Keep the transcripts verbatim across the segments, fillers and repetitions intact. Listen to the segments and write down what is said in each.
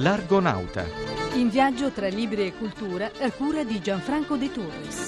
L'Argonauta. In viaggio tra libri e cultura a cura di Gianfranco De Torres.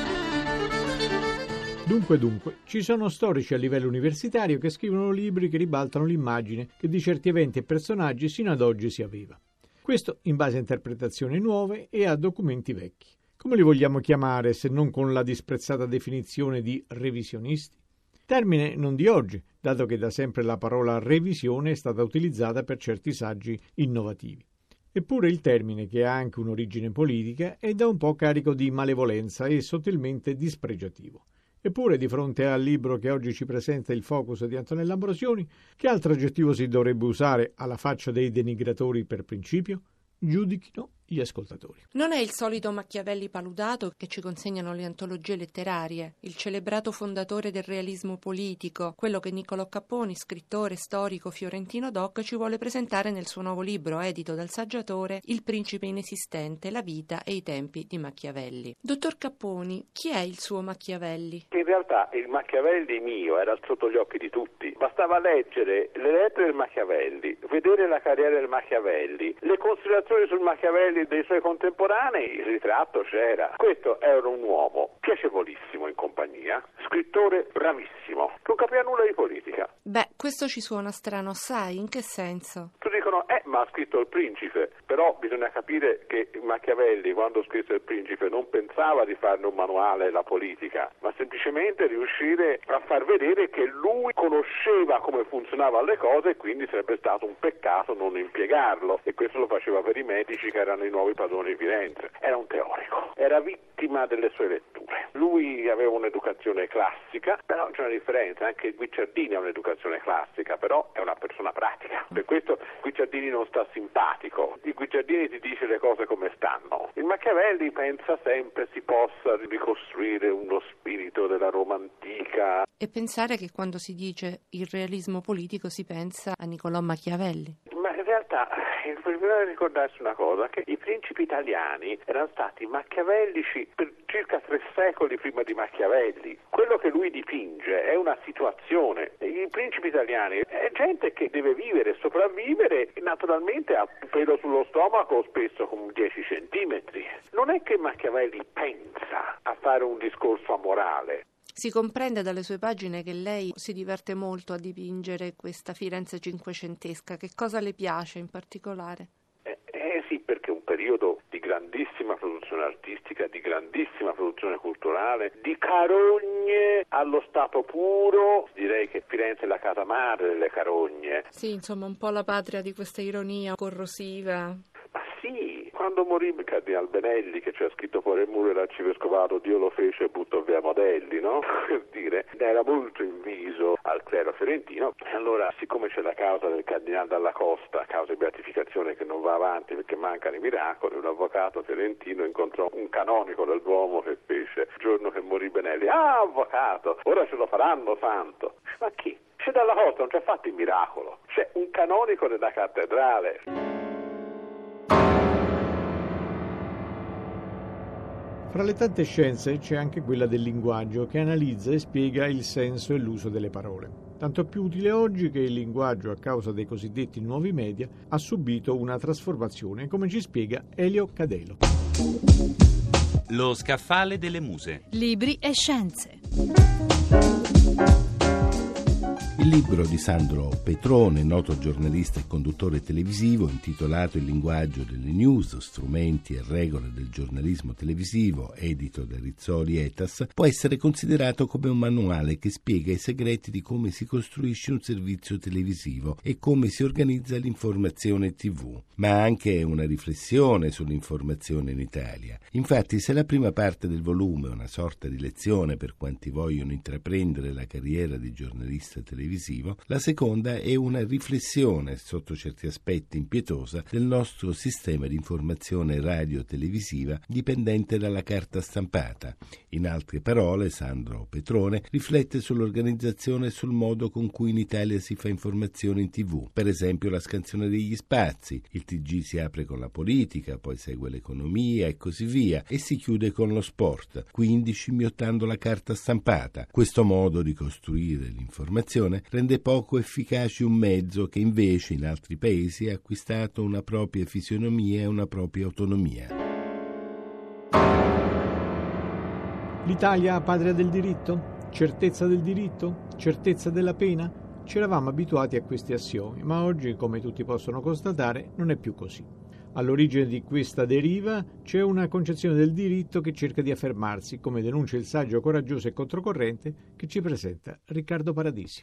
Dunque, dunque, ci sono storici a livello universitario che scrivono libri che ribaltano l'immagine che di certi eventi e personaggi sino ad oggi si aveva. Questo in base a interpretazioni nuove e a documenti vecchi. Come li vogliamo chiamare se non con la disprezzata definizione di revisionisti? Termine non di oggi, dato che da sempre la parola revisione è stata utilizzata per certi saggi innovativi. Eppure il termine, che ha anche un'origine politica, è da un po' carico di malevolenza e sottilmente dispregiativo. Eppure, di fronte al libro che oggi ci presenta il Focus di Antonella Ambrosioni, che altro aggettivo si dovrebbe usare alla faccia dei denigratori per principio? Giudichino gli ascoltatori. Non è il solito Machiavelli paludato che ci consegnano le antologie letterarie, il celebrato fondatore del realismo politico, quello che Niccolò Capponi, scrittore storico fiorentino doc, ci vuole presentare nel suo nuovo libro, edito dal saggiatore Il principe inesistente, la vita e i tempi di Machiavelli. Dottor Capponi, chi è il suo Machiavelli? In realtà il Machiavelli mio era sotto gli occhi di tutti. Bastava leggere le lettere del Machiavelli, vedere la carriera del Machiavelli, le considerazioni sul Machiavelli dei suoi contemporanei, il ritratto c'era. Questo era un uomo piacevolissimo in compagnia, scrittore bravissimo, non capiva nulla di politica. Beh, questo ci suona strano, sai, in che senso? Tu dicono, eh, ma ha scritto Il Principe, però bisogna capire che Machiavelli, quando scrisse Il Principe, non pensava di farne un manuale alla politica, ma semplicemente riuscire a far vedere che lui conosceva come funzionavano le cose e quindi sarebbe stato un peccato non impiegarlo, e questo lo faceva per i medici che erano i nuovi padroni di Firenze. Era un teorico, era vittima delle sue letture. Lui aveva un'educazione classica, però c'è una differenza, anche Guicciardini ha un'educazione classica, però è una persona pratica. Per questo Guicciardini non sta simpatico, il Guicciardini ti dice le cose come stanno. Il Machiavelli pensa sempre si possa ricostruire uno spirito della Roma antica. E pensare che quando si dice il realismo politico si pensa a Niccolò Machiavelli. Ma in realtà bisogna ricordarsi una cosa, che i principi italiani erano stati machiavellici per circa tre secoli prima di Machiavelli. Quello che lui dipinge è una situazione. I principi italiani è gente che deve vivere, sopravvivere, e naturalmente ha un pelo sullo stomaco, spesso con dieci centimetri. Non è che Machiavelli pensa a fare un discorso amorale. Si comprende dalle sue pagine che lei si diverte molto a dipingere questa Firenze cinquecentesca. Che cosa le piace in particolare? Eh, eh sì, perché è un periodo di grandissima produzione artistica, di grandissima produzione culturale, di carogne allo stato puro. Direi che Firenze è la casa madre delle carogne. Sì, insomma, un po' la patria di questa ironia corrosiva. Ma sì, quando morì il Cardinal Benelli, che c'era scritto fuori il muro dell'arcivescovato, Dio lo fece e buttò via modelli, no? Per dire, era molto inviso al clero fiorentino. E allora, siccome c'è la causa del Cardinale Dalla Costa, causa di beatificazione che non va avanti perché mancano i miracoli, un avvocato fiorentino incontrò un canonico del Duomo che fece il giorno che morì Benelli. Ah, avvocato, ora ce lo faranno santo. Ma chi? C'è Dalla Costa, non c'è fatto il miracolo. C'è un canonico della cattedrale. Fra le tante scienze c'è anche quella del linguaggio, che analizza e spiega il senso e l'uso delle parole. Tanto più utile oggi che il linguaggio, a causa dei cosiddetti nuovi media, ha subito una trasformazione, come ci spiega Elio Cadelo. Lo scaffale delle muse. Libri e scienze. Il libro di Sandro Petrone, noto giornalista e conduttore televisivo, intitolato Il linguaggio delle news, strumenti e regole del giornalismo televisivo, edito da Rizzoli Etas, può essere considerato come un manuale che spiega i segreti di come si costruisce un servizio televisivo e come si organizza l'informazione tivù, ma anche una riflessione sull'informazione in Italia. Infatti, se la prima parte del volume è una sorta di lezione per quanti vogliono intraprendere la carriera di giornalista televisivo, la seconda è una riflessione, sotto certi aspetti impietosa, del nostro sistema di informazione radio-televisiva dipendente dalla carta stampata. In altre parole, Sandro Petrone riflette sull'organizzazione e sul modo con cui in Italia si fa informazione in tivù. Per esempio la scansione degli spazi, il T G si apre con la politica, poi segue l'economia e così via, e si chiude con lo sport, quindi scimmiottando la carta stampata. Questo modo di costruire l'informazione rende poco efficace un mezzo che invece in altri paesi ha acquistato una propria fisionomia e una propria autonomia. L'Italia patria del diritto? Certezza del diritto? Certezza della pena? Ci eravamo abituati a questi assiomi, ma oggi, come tutti possono constatare, non è più così. All'origine di questa deriva c'è una concezione del diritto che cerca di affermarsi, come denuncia il saggio coraggioso e controcorrente che ci presenta Riccardo Paradisi.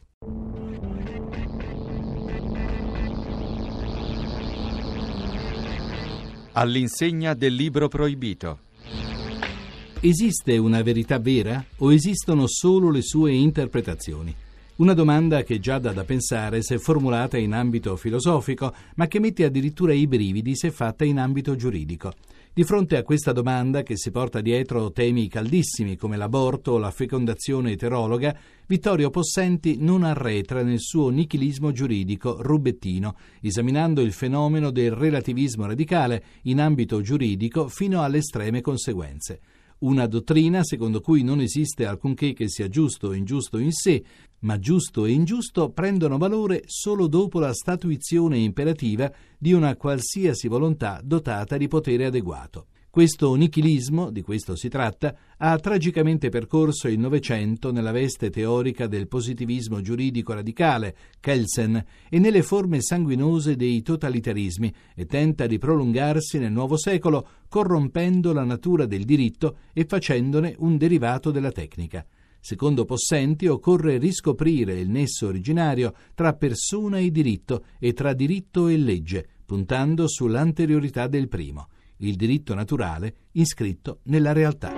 All'insegna del libro proibito. Esiste una verità vera o esistono solo le sue interpretazioni? Una domanda che già dà da pensare se formulata in ambito filosofico, ma che mette addirittura i brividi se fatta in ambito giuridico. Di fronte a questa domanda, che si porta dietro temi caldissimi come l'aborto o la fecondazione eterologa, Vittorio Possenti non arretra nel suo nichilismo giuridico rubettino, esaminando il fenomeno del relativismo radicale in ambito giuridico fino alle estreme conseguenze. Una dottrina secondo cui non esiste alcunché che sia giusto o ingiusto in sé, ma giusto e ingiusto prendono valore solo dopo la statuizione imperativa di una qualsiasi volontà dotata di potere adeguato. Questo nichilismo, di questo si tratta, ha tragicamente percorso il Novecento nella veste teorica del positivismo giuridico radicale, Kelsen, e nelle forme sanguinose dei totalitarismi, e tenta di prolungarsi nel nuovo secolo corrompendo la natura del diritto e facendone un derivato della tecnica. Secondo Possenti occorre riscoprire il nesso originario tra persona e diritto e tra diritto e legge, puntando sull'anteriorità del primo, il diritto naturale iscritto nella realtà.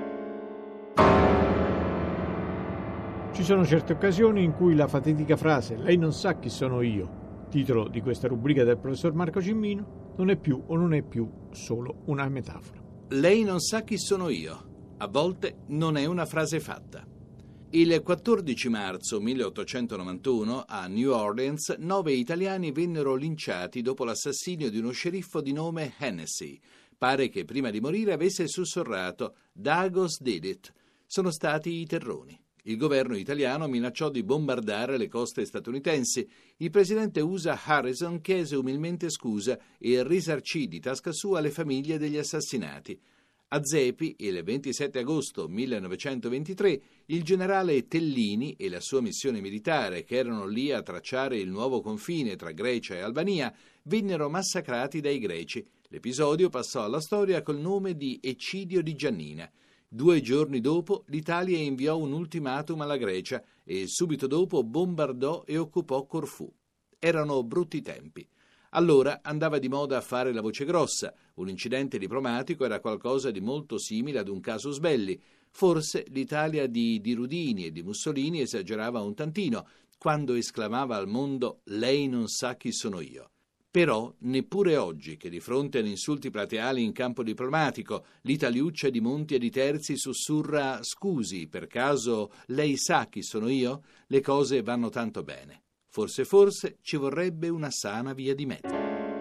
Ci sono certe occasioni in cui la fatidica frase «Lei non sa chi sono io», titolo di questa rubrica del professor Marco Cimmino, non è più o non è più solo una metafora. Lei non sa chi sono io. A volte non è una frase fatta. Il quattordici marzo milleottocentonovantuno a New Orleans nove italiani vennero linciati dopo l'assassinio di uno sceriffo di nome Hennessy. Pare che prima di morire avesse sussurrato «Dagos did it». Sono stati i terroni. Il governo italiano minacciò di bombardare le coste statunitensi. Il presidente U S A Harrison chiese umilmente scusa e risarcì di tasca sua le famiglie degli assassinati. A Zepi, il ventisette agosto millenovecentoventitré, il generale Tellini e la sua missione militare, che erano lì a tracciare il nuovo confine tra Grecia e Albania, vennero massacrati dai greci. L'episodio passò alla storia col nome di Eccidio di Giannina. Due giorni dopo l'Italia inviò un ultimatum alla Grecia e subito dopo bombardò e occupò Corfù. Erano brutti tempi. Allora andava di moda a fare la voce grossa. Un incidente diplomatico era qualcosa di molto simile ad un casus belli. Forse l'Italia di, di Rudini e di Mussolini esagerava un tantino quando esclamava al mondo «Lei non sa chi sono io». Però neppure oggi, che di fronte ad insulti plateali in campo diplomatico, l'italiuccia di Monti e di Terzi sussurra «Scusi, per caso lei sa chi sono io?», le cose vanno tanto bene. Forse forse ci vorrebbe una sana via di mezzo.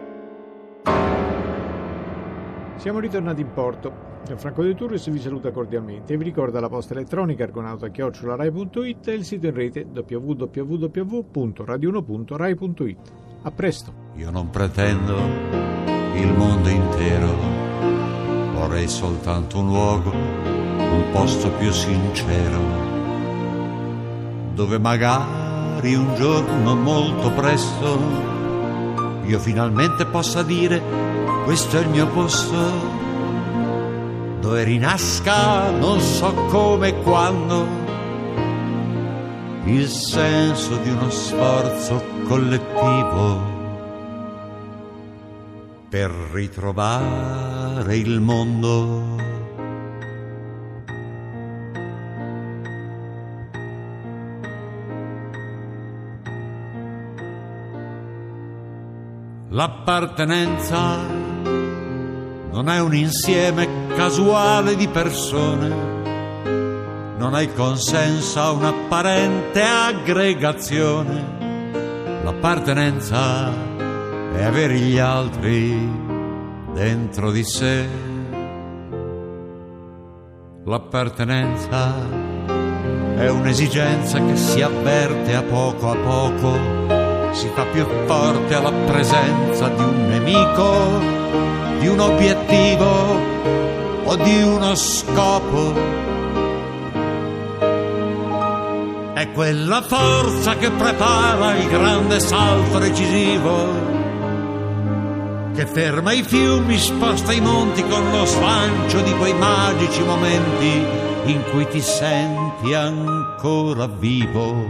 Siamo ritornati in porto. Gianfranco De Turris vi saluta cordialmente e vi ricorda la posta elettronica argonauta chiocciola rai punto it e il sito in rete w w w punto radio uno punto rai punto it. A presto. Io non pretendo il mondo intero, vorrei soltanto un luogo, un posto più sincero, dove magari un giorno molto presto io finalmente possa dire questo è il mio posto, dove rinasca non so come e quando il senso di uno sforzo collettivo per ritrovare il mondo. L'appartenenza non è un insieme casuale di persone, non è il consenso a un'apparente aggregazione. L'appartenenza è avere gli altri dentro di sé. L'appartenenza è un'esigenza che si avverte a poco a poco, si fa più forte alla presenza di un nemico, di un obiettivo o di uno scopo. È quella forza che prepara il grande salto decisivo, che ferma i fiumi, sposta i monti con lo slancio di quei magici momenti in cui ti senti ancora vivo.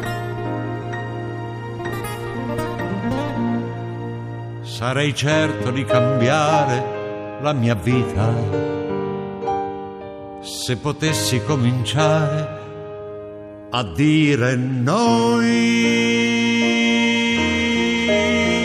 Sarei certo di cambiare la mia vita se potessi cominciare a dire noi.